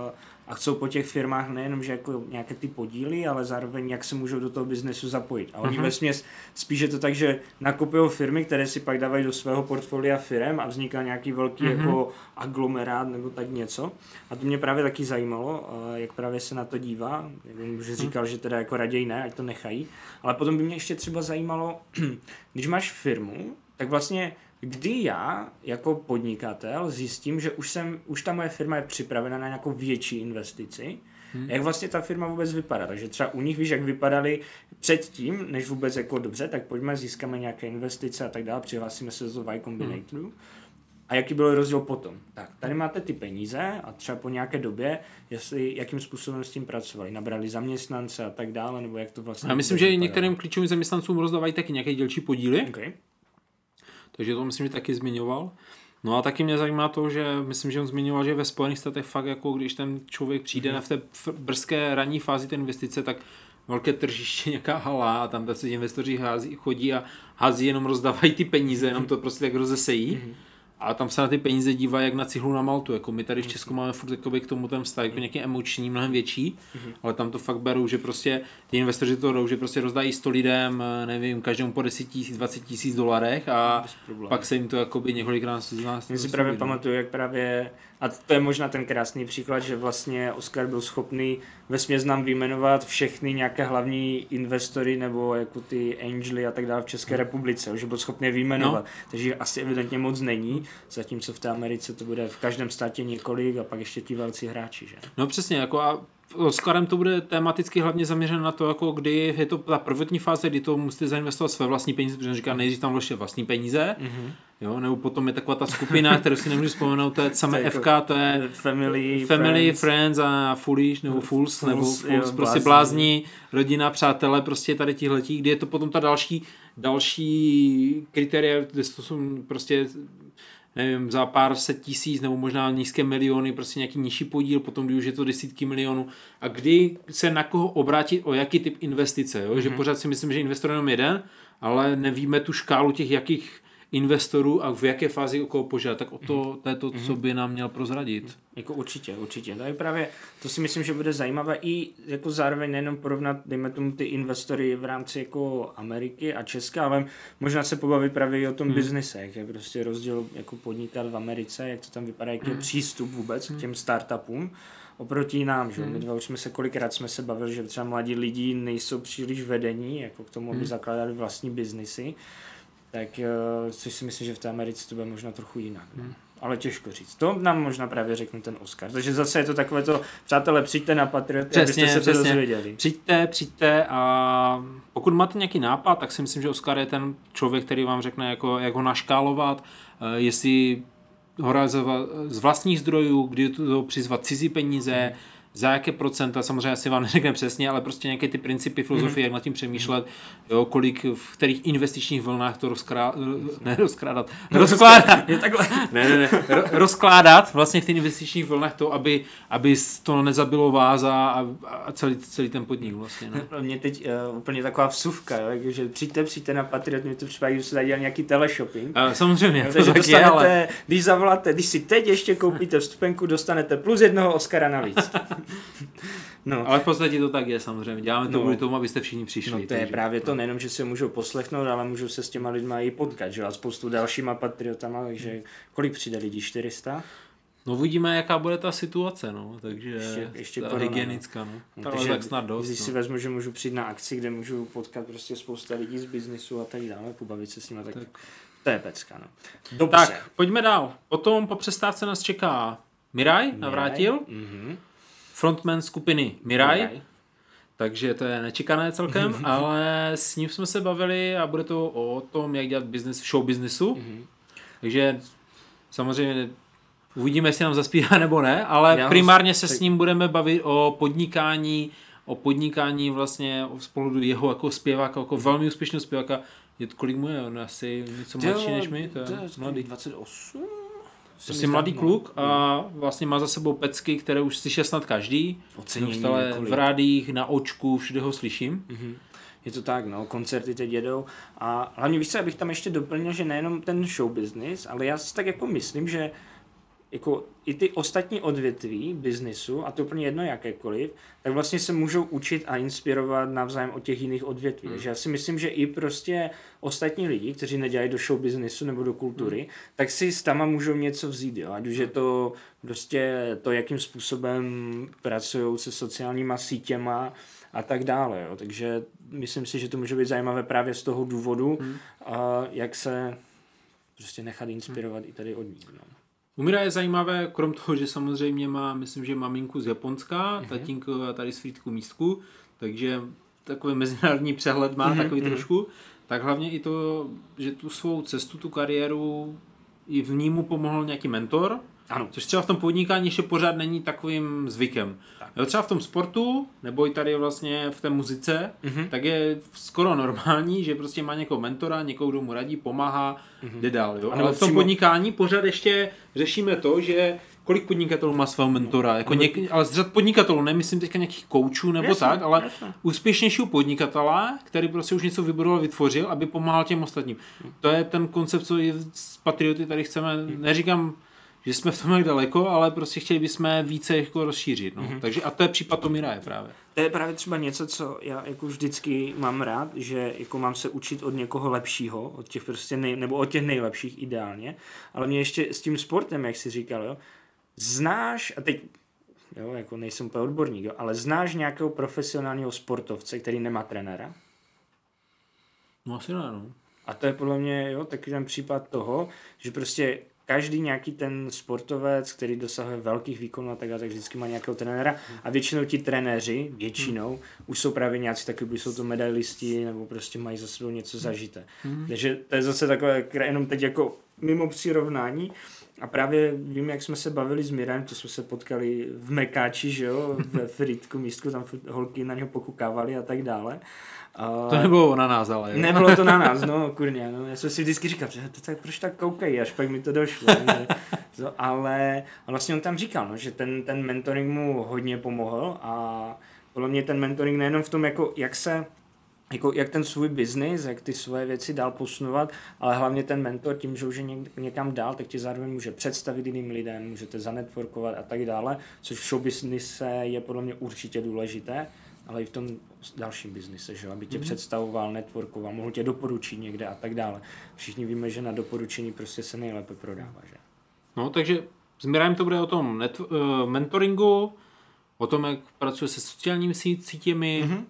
a chcou po těch firmách nejenom, že jako nějaké ty podíly, ale zároveň jak se můžou do toho biznesu zapojit. A oni uh-huh. vesměs spíš je to tak, že nakupují firmy, které si pak dávají do svého portfolia firem a vzniká nějaký velký uh-huh. jako aglomerát nebo tak něco. A to mě právě taky zajímalo, jak právě se na to dívá. Už říkal, že teda jako raději ne, ať to nechají. Ale potom by mě ještě třeba zajímalo, když máš firmu, tak vlastně kdy já jako podnikatel zjistím, že už, jsem, už ta moje firma je připravena na nějakou větší investici, hmm. jak vlastně ta firma vůbec vypadá. Takže třeba u nich víš, jak vypadaly předtím, než vůbec jako dobře, tak pojďme, získáme nějaké investice a tak dále, přihlásíme se do Y Combinatoru. Hmm. A jaký byl rozdíl potom? Tak, tady máte ty peníze a třeba po nějaké době, jestli, jakým způsobem s tím pracovali, nabrali zaměstnance a tak dále, nebo jak to vlastně... Já myslím, že i některým klíčovým zaměstnancům rozdávají taky nějaké dělčí podíly. Okay. Takže to myslím, že taky zmiňoval. No a taky mě zajímá to, že myslím, že on zmiňoval, že ve Spojených státech fakt jako když ten člověk přijde mm-hmm. v té brzké ranní fázi té investice, tak velké tržiště, nějaká hala a tam se investoři hází, chodí a hází, jenom rozdávají ty peníze, jenom to prostě tak rozesejí. Mm-hmm. A tam se na ty peníze dívají jak na cihlu na Maltu. Jako my tady v Česku máme furt k tomu ten vztah jako nějaký emoční, mnohem větší, mm-hmm. ale tam to fakt berou, že prostě ty investoři to jdou, že prostě rozdají sto lidem, nevím, každému po deset tisíc, dvacet tisíc dolarech a pak se jim to jakoby několikrát z nás... Já si právě pamatuju, jak právě, a to je možná ten krásný příklad, že vlastně Oskar byl schopný vesměs nám vyjmenovat všechny nějaké hlavní investory nebo jako ty angely a tak dále v České republice, že byl schopný vyjmenovat, no. Takže asi evidentně moc není, zatímco v té Americe to bude v každém státě několik a pak ještě ti velcí hráči, že? No přesně, jako a Oscarem to bude tematicky hlavně zaměřeno na to, jako kdy je to ta prvotní fáze, kdy to musíte zainvestovat své vlastní peníze, protože on říká, nejdřív tam vložte vlastní peníze, mm-hmm. jo, nebo potom je taková ta skupina, kterou si nemůžu vzpomenout, to je samé F K, to je Family, family friends. friends a Foolish, nebo Fools, Fools, nebo Fools, jo, prostě blázní. blázní, rodina, přátelé, prostě tady tihleti, kdy je to potom ta další, další kritéria, kde to jsou prostě nevím, za pár set tisíc nebo možná nízké miliony, prostě nějaký nižší podíl, potom když už je to desítky milionů a kdy se na koho obrátit, o jaký typ investice, jo? Mm-hmm. Že pořád si myslím, že investor jenom jeden, ale nevíme tu škálu těch jakých investorů a v jaké fázi o koho požádat, tak o to, to je to, co by nám měl prozradit. Jako určitě, určitě. To je právě, to si myslím, že bude zajímavé i jako zároveň nejenom porovnat, dejme tomu ty investory v rámci jako Ameriky a Česka, ale možná se pobavit právě i o tom hmm. biznise, jak je prostě rozdíl jako podnikat v Americe, jak to tam vypadá, jaký je přístup vůbec k těm startupům oproti nám, že? My dva už jsme se kolikrát jsme se bavili, že třeba mladí lidi nejsou příliš vedení jako k tomu, aby zakládali vlastní biznisy. Tak což si myslím, že v té Americe to bude možná trochu jinak. Hmm. Ale těžko říct. To nám možná právě řekne ten Oskar. Takže zase je to takové to, přátelé, přijďte na Patrioty, přesně, abyste se přesně. to dozvěděli. Přijďte, přijďte a pokud máte nějaký nápad, tak si myslím, že Oskar je ten člověk, který vám řekne, jako, jak ho naškálovat, jestli ho z vlastních zdrojů, kdy to přizvat cizí peníze, hmm. za jaké procenta, samozřejmě asi vám neřekne přesně, ale prostě nějaké ty principy, filozofie, mm. jak nad tím přemýšlet, jo, kolik, v kterých investičních vlnách to rozkrá, ne rozkrádat, rozkládat, je takhle. ne, ne, ne, rozkládat vlastně v těch investičních vlnách to, aby, aby to nezabilo vás a, a celý, celý ten podnik vlastně. No. Mě teď uh, úplně taková vsuvka, jo, že přijďte, přijďte na Patriot, mě to připadá, že se tady dělal nějaký teleshopping. Uh, samozřejmě, no, takže dostanete, je, ale... když zavoláte, když si teď ještě koupíte vstupenku, dostanete plus jednoho Oscara navíc. No. Ale v podstatě to tak je samozřejmě. Děláme to no. kvůli tomu, abyste všichni přišli. No to takže... je právě to, nejenom, že se můžou poslechnout, ale můžou se s těma lidma i potkat, že a spoustu dalšíma patriotama, takže kolik přijde lidí? čtyři sta? No uvidíme, jaká bude ta situace, no, takže ještě, ještě ta korona, hygienická, no. no. Takže tak snad dost. Když no. si vezmu, že můžu přijít na akci, kde můžu potkat prostě spousta lidí z biznisu a tak dále, pobavit se s nimi, tak, tak. to je pecka, no. Dobře. Tak, pojďme dál. Potom po přestávce nás čeká Miraj, navrátil. Mhm. Frontman skupiny Miraj, Miraj, takže to je nečekané celkem, ale s ním jsme se bavili a bude to o tom, jak dělat business v show businessu, mm-hmm. takže samozřejmě uvidíme, jestli nám zaspívá nebo ne, ale Já primárně se tak... s ním budeme bavit o podnikání, o podnikání vlastně z pohledu jeho jako zpěváka, jako velmi úspěšného zpěváka. Je to, kolik mu je? On je asi něco mladší než my, to je, to je mladý. dvacet osm? Prostě mladý kluk a vlastně má za sebou pecky, které už slyší snad každý. Ocenění v rádích, na očku, všude ho slyším. Mm-hmm. Je to tak, no, koncerty teď jedou a hlavně víš co, abych tam ještě doplnil, že nejenom ten show business, ale já si tak jako myslím, že jako i ty ostatní odvětví biznisu, a to úplně jedno jakékoliv, tak vlastně se můžou učit a inspirovat navzájem od těch jiných odvětví. Hmm. Takže já si myslím, že i prostě ostatní lidi, kteří nedělají do show businessu nebo do kultury, hmm. tak si s tama můžou něco vzít. Jo? Ať už je to prostě to, jakým způsobem pracují se sociálníma sítěma a tak dále. Jo? Takže myslím si, že to může být zajímavé právě z toho důvodu, hmm. a jak se prostě nechat inspirovat hmm. i tady od ní. No. U Mira je zajímavé, krom toho, že samozřejmě má, myslím, že maminku z Japonska, mm-hmm. tatínko tady z Frýdku místku, takže takový mezinárodní přehled má mm-hmm. takový trošku, tak hlavně i to, že tu svou cestu, tu kariéru, i v ní mu pomohl nějaký mentor, ano. Což třeba v tom podnikání ještě pořád není takovým zvykem. Jo, třeba v tom sportu, nebo i tady vlastně v té muzice, mm-hmm. tak je skoro normální, že prostě má někoho mentora, někoho, kdo mu radí, pomáhá, mm-hmm. jde dál. Jo? Ale v tom podnikání pořád ještě řešíme to, že kolik podnikatelů má svého mentora, jako něk, ale z řad podnikatelů, nemyslím teďka nějakých koučů nebo jasně, tak, ale jasně. úspěšnějšího podnikatele, který prostě už něco vybudoval, vytvořil, aby pomáhal těm ostatním. To je ten koncept, co i z Patrioty tady chceme, neříkám, že jsme v tom jak daleko, ale prostě chtěli bychom více jako rozšířit. No. Mm-hmm. Takže a to je případ Tomira je právě. To je právě třeba něco, co já jako vždycky mám rád, že jako mám se učit od někoho lepšího, od těch prostě nej, nebo od těch nejlepších ideálně, ale mě ještě s tím sportem, jak jsi říkal, jo, znáš, a teď jo, jako nejsem úplně odborník, jo, ale znáš nějakého profesionálního sportovce, který nemá trenéra? No asi ne, no. A to je podle mě, jo, taky ten případ toho, že prostě každý nějaký ten sportovec, který dosahuje velkých výkonů a tak dále, tak vždycky má nějakého trenéra a většinou ti trenéři, většinou, hmm. už jsou právě nějací taky, buď jsou to medailisti, nebo prostě mají za sebou něco zažité. Hmm. Takže to je zase takové, jenom teď jako mimo přirovnání. A právě vím, jak jsme se bavili s Mirem, to jsme se potkali v Mekáči, že jo, ve Frýdku místku, tam holky na něho pokukávali a tak dále. A to nebylo na nás, ale jo. Nebylo to na nás, no, kurně, no. Já jsem si vždycky říkal, že to tak, proč tak koukají, až pak mi to došlo. Ne? To, ale a vlastně on tam říkal, no, že ten, ten mentoring mu hodně pomohl a podle mě ten mentoring nejenom v tom, jako, jak se jako jak ten svůj biznis, jak ty svoje věci dál posunovat, ale hlavně ten mentor tím, že už je někam dál, tak tě zároveň může představit jiným lidem, můžete zanetworkovat a tak dále, což v show businesse je podle mě určitě důležité, ale i v tom dalším biznise, že? Aby tě mm-hmm. představoval, networkoval, mohl tě doporučit někde a tak dále. Všichni víme, že na doporučení prostě se nejlépe prodává, že? No, takže s Mirajem to bude o tom net, uh, mentoringu, o tom, jak pracuje se sociálními sítěmi, mm-hmm.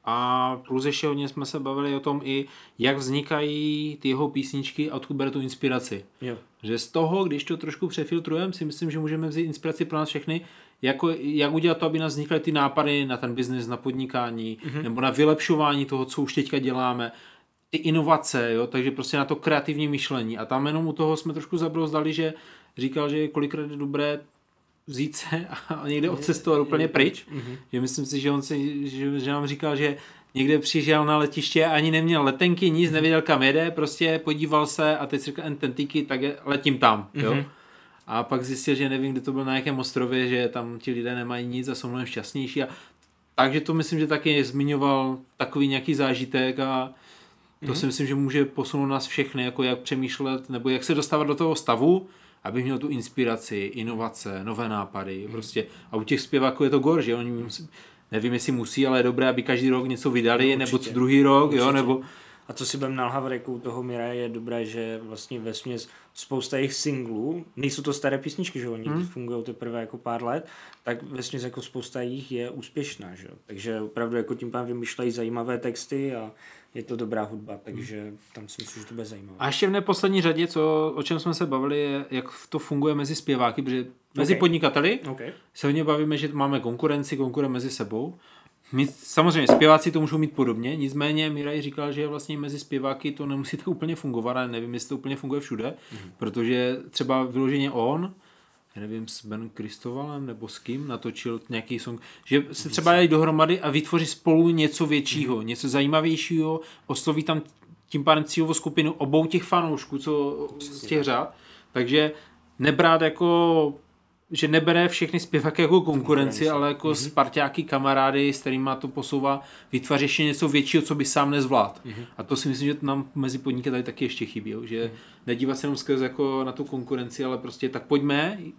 a plus ještě hodně jsme se bavili o tom i, jak vznikají ty jeho písničky a odkud bere tu inspiraci. Jo. Že z toho, když to trošku přefiltrujeme, si myslím, že můžeme vzít inspiraci pro nás všechny, jako, jak udělat to, aby nás vznikaly ty nápady na ten biznis, na podnikání, mm-hmm. nebo na vylepšování toho, co už teďka děláme, ty inovace, jo? Takže prostě na to kreativní myšlení. A tam jenom u toho jsme trošku zabrouzdali, že říkal, že kolikrát je dobré vzít se a někde odcestovat úplně pryč. Mm-hmm. Že myslím si, že on si, že, že nám říkal, že někde přišel na letiště a ani neměl letenky, nic, nevěděl kam jede, prostě podíval se a teď si říkal, ten týky, tak je, letím tam. Jo? Mm-hmm. A pak zjistil, že nevím, kde to byl, na jakém ostrově, že tam ti lidé nemají nic a jsou mnohem šťastnější. A takže to myslím, že taky zmiňoval takový nějaký zážitek a to mm-hmm. si myslím, že může posunout nás všechny, jako jak přemýšlet, nebo jak se dostávat do toho stavu, aby měl tu inspiraci, inovace, nové nápady. Prostě. A u těch zpěváků je to gor, že oni musí, nevím, jestli musí, ale je dobré, aby každý rok něco vydali, no, nebo co druhý rok, jo, nebo... A co si budeme nalhávat, jako u toho Mira je dobré, že vlastně vesměs spousta jejich singlů, nejsou to staré písničky, že oni hmm. fungují teprve jako pár let, tak vesměs jako spousta jich je úspěšná, že jo. Takže opravdu jako tím pádem vymýšlejí zajímavé texty a je to dobrá hudba, takže tam si myslím, že to bude zajímavé. A ještě v neposlední řadě, co, o čem jsme se bavili, je, jak to funguje mezi zpěváky, protože mezi okay. podnikateli okay. se hodně bavíme, že máme konkurenci, konkurujeme mezi sebou. My, samozřejmě zpěváci to můžou mít podobně, nicméně Miraj říkal, že vlastně mezi zpěváky to nemusí tak úplně fungovat, ale nevím, jestli to úplně funguje všude, mm-hmm. protože třeba vyloženě on, já nevím, s Ben Kristovalem nebo s kým natočil nějaký song, že se třeba dají dohromady a vytvoří spolu něco většího, mm-hmm. něco zajímavějšího, osloví tam tím pádem cílovou skupinu obou těch fanoušků, co z těch řád, takže nebrát jako... že nebere všechny zpěváky jako konkurenci, ale jako mm-hmm. sparťáky, kamarády, s kterými to posouvá, vytváří ještě něco většího, co by sám nezvládl. Mm-hmm. A to si myslím, že nám mezi podnikateli taky ještě chybí, jo? Že mm-hmm. nedívat se jenom skrz jako na tu konkurenci, ale prostě tak pojďme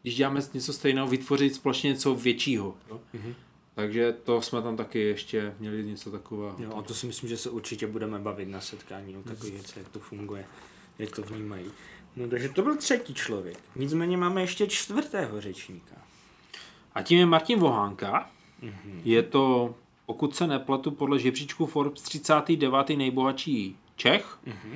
když děláme něco stejného, vytvořit společně něco většího. Jo? Mm-hmm. Takže to jsme tam taky ještě měli něco takového. Jo, a to si myslím, že se určitě budeme bavit na setkání o takových věcech, jak to funguje, jak to vnímají. No takže to byl třetí člověk. Nicméně máme ještě čtvrtého řečníka. A tím je Martin Vohánka. Mm-hmm. Je to, pokud se nepletu, podle žebříčku Forbes třicátý devátý nejbohatší Čech. Mm-hmm.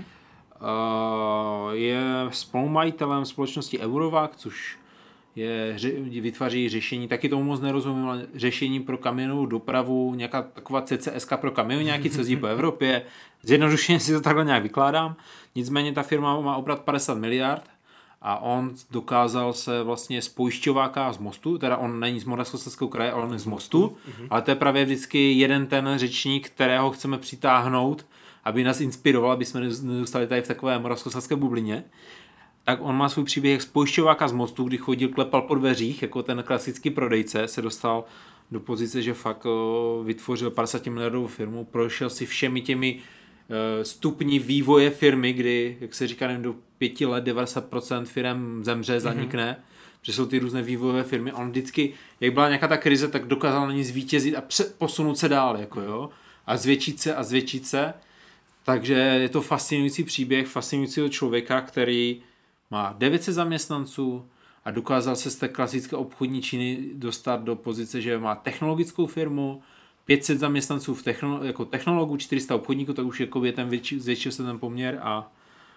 Uh, je spolumajitelem společnosti Eurovac, což je, vytváří řešení, taky tomu moc nerozumím, ale řešení pro kamionovou dopravu, nějaká taková C C S ka pro kamionáky, co jezdí po Evropě. Zjednodušeně si to takhle nějak vykládám. Nicméně ta firma má obrat padesát miliard a on dokázal se vlastně z pojišťováka z Mostu, teda on není z Moravskoslezského kraje, ale on je z Mostu, mm-hmm. ale to je právě vždycky jeden ten řečník, kterého chceme přitáhnout, aby nás inspiroval, aby jsme nedostali tady v takové moravskoslezské bublině. Tak on má svůj příběh jak z pojišťováka z Mostu, kdy chodil, klepal po dveřích, jako ten klasický prodejce, se dostal do pozice, že fakt o, vytvořil padesát miliardovou firmu, prošel si všemi těmi e, stupni vývoje firmy, kdy, jak se říká, nevím, do pěti let devadesát procent firem zemře, zanikne, mm-hmm. že jsou ty různé vývojové firmy. On vždycky, jak byla nějaká ta krize, tak dokázal na ní zvítězit a pře- posunout se dál, jako jo, a zvětšit se a zvětšit se. Takže je to fascinující příběh fascinujícího člověka, který má devět set zaměstnanců a dokázal se z té klasické obchodní Číny dostat do pozice, že má technologickou firmu, pět set zaměstnanců v technolo- jako technologů, čtyři sta obchodníků, tak už jako je ten větší, zvětšil se ten poměr a,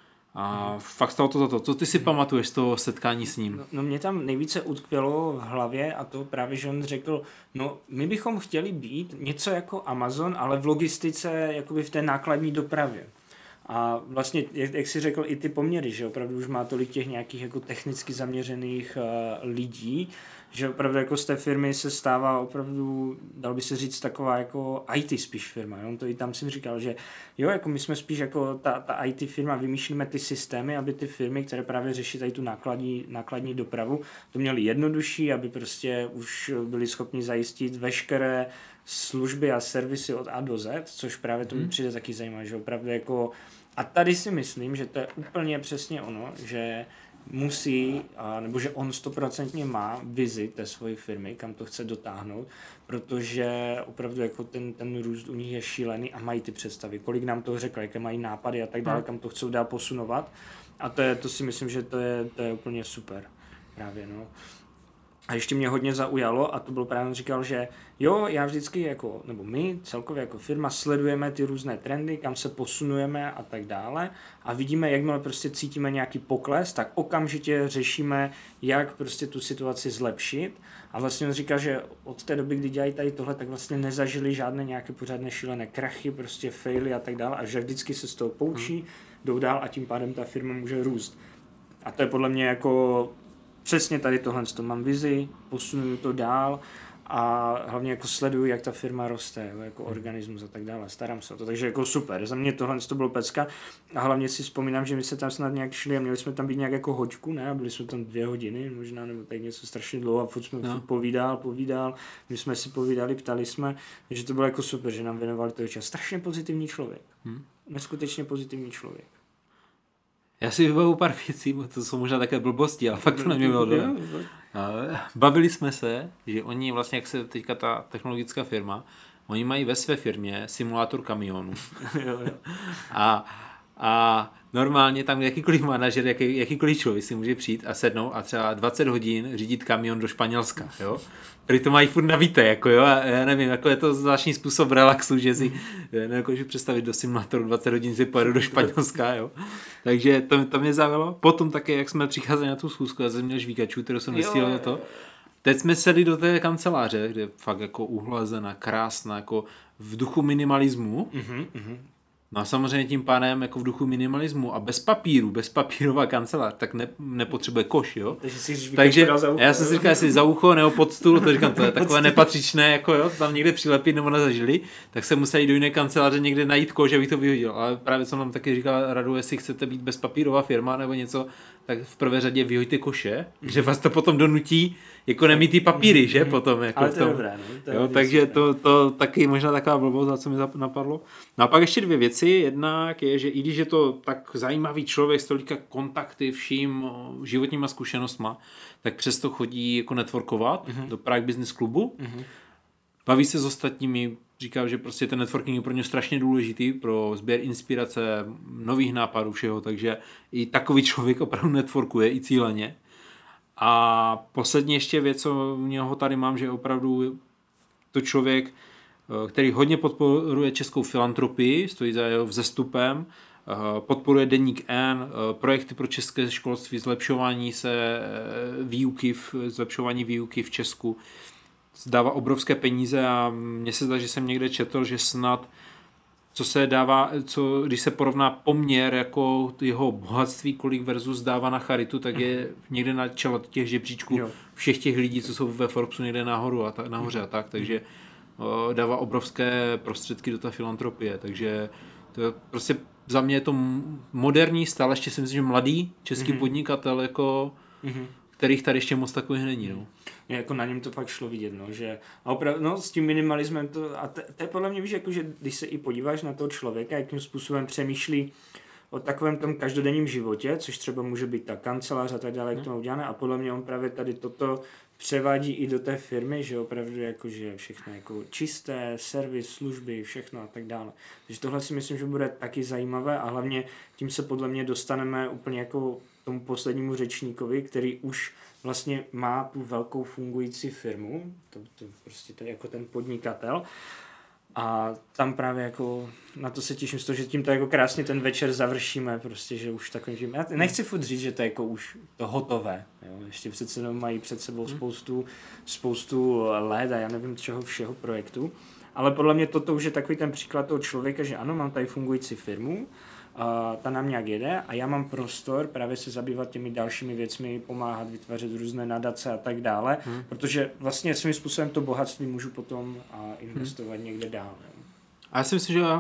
a hmm. fakt stalo to za to. Co ty si hmm. pamatuješ z toho setkání s ním? No, no mě tam nejvíce utkvělo v hlavě a to právě, že on řekl, no my bychom chtěli být něco jako Amazon, ale v logistice, jakoby v té nákladní dopravě. A vlastně, jak, jak jsi řekl, i ty poměry, že opravdu už má tolik těch nějakých jako technicky zaměřených uh, lidí, že opravdu jako z té firmy se stává opravdu, dal by se říct, taková jako í té spíš firma. Jo? On to i tam jsem říkal, že jo, jako my jsme spíš jako ta, ta í té firma, vymýšlíme ty systémy, aby ty firmy, které právě řeší tady tu nákladní, nákladní dopravu, to měly jednodušší, aby prostě už byli schopni zajistit veškeré služby a servisy od A do Z, což právě to mi hmm. přijde taky zajímavé, že opravdu jako a tady si myslím, že to je úplně přesně ono, že musí, a, nebo že on stoprocentně má vizi té své firmy, kam to chce dotáhnout, protože opravdu jako ten, ten růst u nich je šílený a mají ty představy, kolik nám toho řekl, jaké mají nápady a tak dále, kam to chcou dál posunovat. A to, je, to si myslím, že to je, to je úplně super právě, no. A ještě mě hodně zaujalo, a to byl právě, on říkal, že jo, já vždycky jako, nebo my celkově jako firma sledujeme ty různé trendy, kam se posunujeme a tak dále a vidíme, jakmile prostě cítíme nějaký pokles, tak okamžitě řešíme, jak prostě tu situaci zlepšit. A vlastně on říká, že od té doby, kdy dělají tady tohle, tak vlastně nezažili žádné nějaké pořádné šílené krachy, prostě faily a tak dále a že vždycky se z toho poučí, hmm. jdou dál a tím pádem ta firma může růst. A to je podle mě jako přesně tady tohle, to mám vizi, posunuju to dál a hlavně jako sleduju, jak ta firma roste, jako organismus a tak dále, starám se o to, takže jako super, za mě tohle to bylo pecka a hlavně si vzpomínám, že my se tam snad nějak šli a měli jsme tam být nějak jako hoďku, ne, a byli jsme tam dvě hodiny možná, nebo tak něco strašně dlouho a furt jsme no. povídal, povídal, my jsme si povídali, ptali jsme, takže to bylo jako super, že nám věnovali toho čas, strašně pozitivní člověk, hmm. neskutečně pozitivní člověk. Já si vybavu pár věcí, to jsou možná také blbosti, ale fakt to na mě bylo dobré. Bavili jsme se, že oni vlastně, jak se teďka ta technologická firma, oni mají ve své firmě simulátor kamionu. a, a normálně tam jakýkoliv manažer, jaký, jakýkoliv člověk si může přijít a sednout a třeba dvacet hodin řídit kamion do Španělska, jo. Který to mají furt nabité, jako jo, a já nevím, jako je to zvláštní způsob relaxu, že si nedokážu představit do simulátoru dvacet hodin si pojedu do Španělska, jo. Takže to, to mě zaujalo. Potom také, jak jsme přicházeli na tu schůzku, já jsem měl žvíkačů, kterou jsem nestíhal do toho. Teď jsme sedli do té kanceláře, kde je fakt jako uhlazená, krásná, jako v duchu minimalismu. Mm-hmm, mm-hmm. No a samozřejmě tím pádem jako v duchu minimalismu a bez papíru, bez papírová kancelář, tak ne, nepotřebuje koš, jo. Takže, Takže já jsem si říkal, jestli za ucho nebo pod stůl, to říkám, to je takové nepatřičné, jako jo, tam někde přilepit nebo nezažili, tak se museli do jiné kanceláře někde najít koš, abych to vyhodil. Ale právě jsem vám taky říkal radu, jestli chcete být bezpapírová firma nebo něco, tak v prvé řadě vyhoďte koše, že vás to potom donutí jako nemít ty papíry, že potom. Jako ale to je dobré, no? To je jo, takže to, to taky možná taková blbost, co mi napadlo. No a pak ještě dvě věci. věci. Jednak je, že i když je to tak zajímavý člověk s tolika kontakty vším životníma zkušenostma, tak přesto chodí jako networkovat mm-hmm. do Prague Business Clubu. Mm-hmm. Baví se s ostatními, říká, že prostě ten networking je pro ně strašně důležitý pro sběr inspirace, nových nápadů, všeho, takže i takový člověk opravdu networkuje i cíleně. A poslední ještě věc, co u něho tady mám, že opravdu to člověk, který hodně podporuje českou filantropii, stojí za jeho vzestupem, podporuje Deník N, projekty pro české školství, zlepšování se výuky, zlepšování výuky v Česku, dává obrovské peníze a mně se zdá, že jsem někde četl, že snad co se dává, co, když se porovná poměr jako jeho bohatství, kolik versus dává na charitu, tak je někde na čele těch žebříčků jo. všech těch lidí, co jsou ve Forbesu někde nahoru a ta, nahoře a tak, takže o, dává obrovské prostředky do té filantropie, takže to je prostě za mě je to moderní, stále ještě si myslím, že mladý český mm-hmm. podnikatel, jako, mm-hmm. kterých tady ještě moc takových není. No. Je, jako na něm to fakt šlo vidět, no, že a opravdu, no, s tím minimalismem to, a to, to je podle mě, víš, jako, že když se i podíváš na toho člověka, jakým způsobem přemýšlí o takovém tom každodenním životě, což třeba může být ta kancelář a tak dále, jak to má udělané, a podle mě on právě tady toto převádí i do té firmy, že opravdu jako, že všechno jako čisté, servis, služby, všechno a tak dále. Takže tohle si myslím, že bude taky zajímavé a hlavně tím se podle mě dostaneme úplně jako tomu poslednímu řečníkovi, který už vlastně má tu velkou fungující firmu, to, to prostě to je jako ten podnikatel a tam právě jako na to se těším z toho, že tím to jako krásně ten večer završíme, prostě, že už takovým tím, já nechci furt říct, že to je jako už to hotové, jo? Ještě přece jenom mají před sebou spoustu, spoustu let a já nevím čeho všeho projektu, ale podle mě toto už je takový ten příklad toho člověka, že ano, mám tady fungující firmu, Uh, ta nám nějak jede a já mám prostor právě se zabývat těmi dalšími věcmi, pomáhat vytvářet různé nadace a tak dále, hmm. protože vlastně svým způsobem to bohatství můžu potom uh, investovat hmm. někde dál. Ne? A já si myslím, že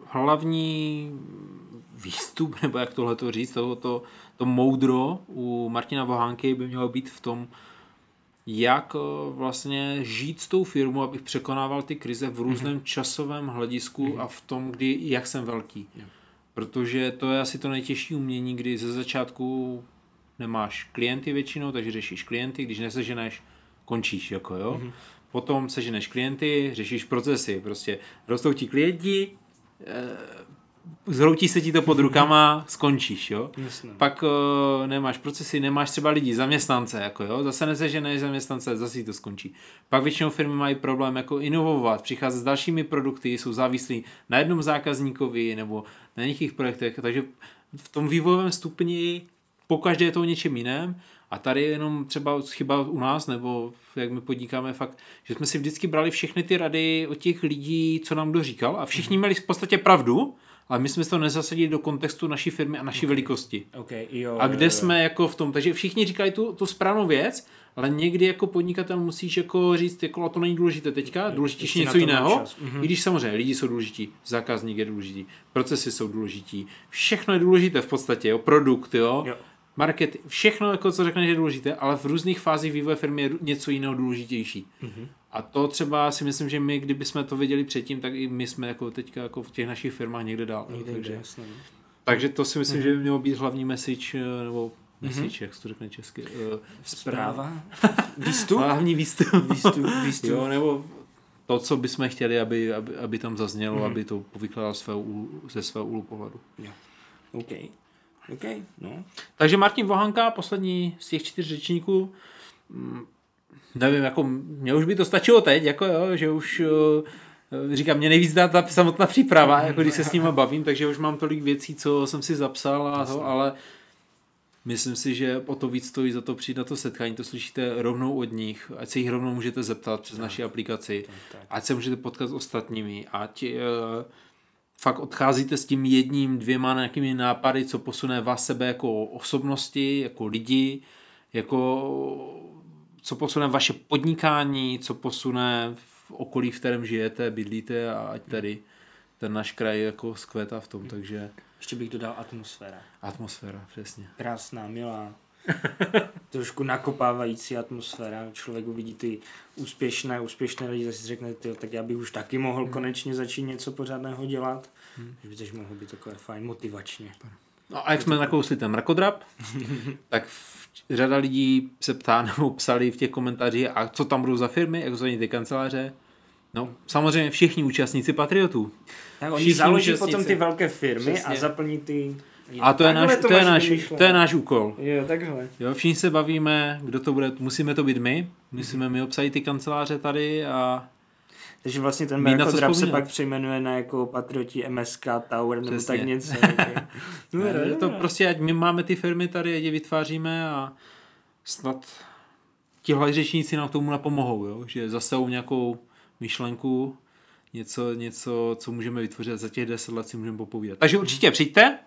hlavní výstup, nebo jak tohle to říct, to, to, to moudro u Martina Vohánky by mělo být v tom, jak vlastně žít s tou firmou, abych překonával ty krize v různém hmm. časovém hledisku hmm. a v tom, kdy, jak jsem velký. Hmm. Protože to je asi to nejtěžší umění, kdy ze začátku nemáš klienty většinou, takže řešíš klienty, když neseženeš, končíš, jako jo. Mm-hmm. Potom seženeš klienty, řešíš procesy, prostě rostou ti klienti, e, zhroutí se ti to pod rukama, skončíš, jo. Jasně. Pak e, nemáš procesy, nemáš třeba lidi, zaměstnance, jako jo, zase neseženeš zaměstnance, zase to skončí. Pak většinou firmy mají problém jako inovovat, přicházet s dalšími produkty, jsou závislí na jednom zákazníkovi nebo na nějakých projektech, takže v tom vývojovém stupni pokaždé je to o něčem jiném a tady je jenom třeba chyba u nás, nebo jak my podnikáme fakt, že jsme si vždycky brali všechny ty rady od těch lidí, co nám kdo říkal a všichni měli v podstatě pravdu, ale my jsme to nezasadili do kontextu naší firmy a naší okay. velikosti. Okay, jo, a kde jo, jo. jsme jako v tom, takže všichni říkají tu, tu správnou věc, ale někdy jako podnikatel musíš jako říct, jako a to není důležité teďka, důležitější něco jiného, mm-hmm. i když samozřejmě lidi jsou důležití, zákazník je důležitý, procesy jsou důležitý, všechno je důležité v podstatě, jo, produkt, jo, jo. marketing, všechno, jako co řekneš, je důležité, ale v různých fázích vývoje firmy je něco jiného důležitější. Mm-hmm. A to třeba si myslím, že my, kdyby jsme to věděli předtím, tak i my jsme jako teďka jako v těch našich firmách někde dál. Někde takže, jasný. takže to si myslím, mm-hmm. že by mělo být hlavní message, nebo message, mm-hmm. jak se to řekne česky? Uh, zpráva? Výstup? Hlavní výstup. výstup, výstup. Jo, nebo to, co bychom chtěli, aby, aby, aby tam zaznělo, mm-hmm. aby to povykládal ze svého úhlu pohledu. Jo. OK. OK, no. Takže Martin Vohánka, poslední z těch čtyř řečníků, nevím, jako mně už by to stačilo teď, jako jo, že už říkám, mě nejvíc dá ta samotná příprava, jako když se s nima bavím, takže už mám tolik věcí, co jsem si zapsal, a to, ale myslím si, že o to víc stojí za to přijít na to setkání, to slyšíte rovnou od nich, ať se jich rovnou můžete zeptat přes tak, naši aplikaci, tak, tak. ať se můžete potkat s ostatními, ať uh, fakt odcházíte s tím jedním, dvěma nějakými nápady, co posune vás sebe jako osobnosti, jako lidi, jako co posune vaše podnikání, co posune v okolí, v kterém žijete, bydlíte, a ať tady ten náš kraj jako zkvétá v tom, takže... Ještě bych dodal atmosféra. Atmosféra, přesně. Krásná, milá, trošku nakopávající atmosféra. Člověk uvidí ty úspěšné, úspěšné lidi, zase řekne, tyjo, tak já bych už taky mohl hmm. konečně začít něco pořádného dělat. Hmm. Že by to mohlo být takové fajn, motivačně. No a jak jsme nakousli ten mrakodrap, tak řada lidí se ptá nebo psali v těch komentářích, a co tam budou za firmy, jak zvaní ty kanceláře. No, samozřejmě všichni účastníci Patriotů. Tak oni založí potom ty velké firmy. Přesně. A zaplní ty... A to je, náš, to, to, je náš, to je náš úkol. Jo, takhle. Jo, všichni se bavíme, kdo to bude, musíme to být my, musíme my obsadit ty kanceláře tady a... Takže vlastně ten mrakodrap se pak přejmenuje na jako Patrioti M S K Tower nebo tak něco. No, je to prostě, ať my máme ty firmy tady, ať je vytváříme a snad ti hlařečníci nám k tomu napomohou, jo? Že zasejou nějakou myšlenku, něco, něco, co můžeme vytvořit za těch deset let si můžeme popovídat. Takže určitě přijďte,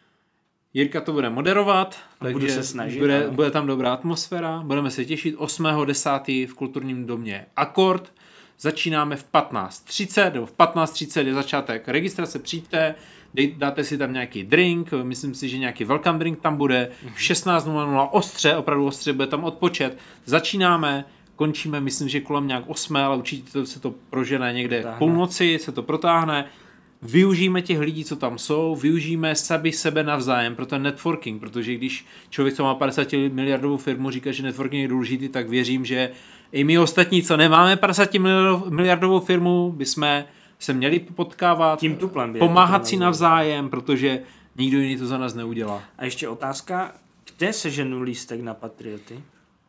Jirka to bude moderovat, takže se snažit, bude, bude tam dobrá atmosféra, budeme se těšit. osmého desátého v kulturním domě Akord, začínáme v patnáct třicet, nebo v patnáct třicet je začátek registrace, přijďte, dej, dáte si tam nějaký drink, myslím si, že nějaký welcome drink tam bude, v šestnáct nula nula ostře, opravdu ostře, bude tam odpočet, začínáme, končíme, myslím, že kolem nějak osmé, ale určitě to, se to prožene někde k půlnoci, se to protáhne. Využijeme těch lidí, co tam jsou, využijeme sami sebe navzájem pro ten networking, protože když člověk, co má padesát miliardovou firmu, říká, že networking je důležitý, tak věřím, že i my ostatní, co nemáme padesát miliardovou firmu, bychom se měli potkávat, tím tuplem, pomáhat si navzájem, protože nikdo jiný to za nás neudělá. A ještě otázka, kde seženu lístek na Patrioty?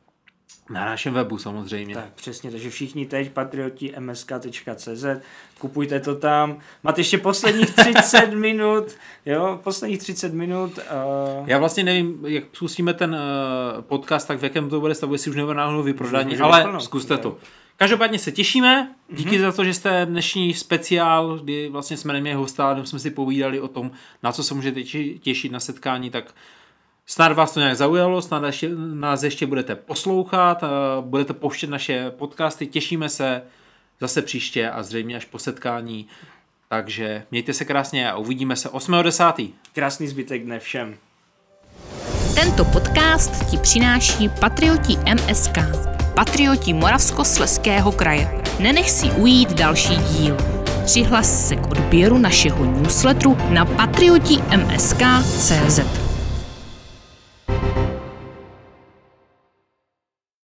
Na našem webu samozřejmě. Tak přesně, takže všichni teď patrioti m s k tečka c z, kupujte to tam, máte ještě posledních třicet minut, jo, posledních třicet minut. Uh... Já vlastně nevím, jak pustíme ten uh, podcast, tak v jakém to bude stavu, jestli už nebude náhodou vyprodání, ale plno. Zkuste to. Každopádně se těšíme, díky mm-hmm. za to, že jste dnešní speciál, kdy vlastně jsme neměli hosta, kde jsme si povídali o tom, na co se můžete těšit na setkání, tak snad vás to nějak zaujalo, snad ještě, nás ještě budete poslouchat, budete pouštět naše podcasty, těšíme se zase příště a zřejmě až po setkání. Takže mějte se krásně a uvidíme se osmého desátého Krásný zbytek dne všem. Tento podcast ti přináší Patrioti M S K, Patrioti Moravskoslezského kraje. Nenech si ujít další díl. Přihlas se k odběru našeho newsletteru na patrioti m s k tečka c z.